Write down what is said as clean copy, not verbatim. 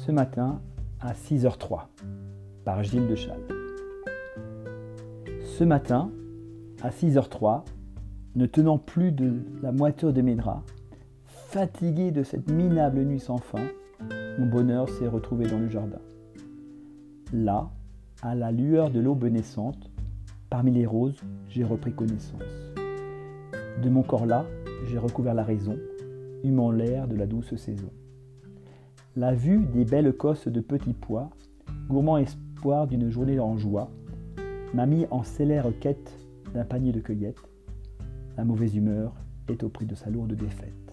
ce matin à 6h03 par Gilles de Châle. Ce matin à 6h03, ne tenant plus de la moiteur de mes draps, fatigué de cette minable nuit sans fin, mon bonheur s'est retrouvé dans le jardin. Là, à la lueur de l'aube naissante, parmi les roses, j'ai repris connaissance. De mon corps là, j'ai recouvert la raison, humant l'air de la douce saison. La vue des belles cosses de petits pois, gourmand espoir d'une journée en joie, m'a mis en célère quête d'un panier de cueillettes. La mauvaise humeur est au prix de sa lourde défaite.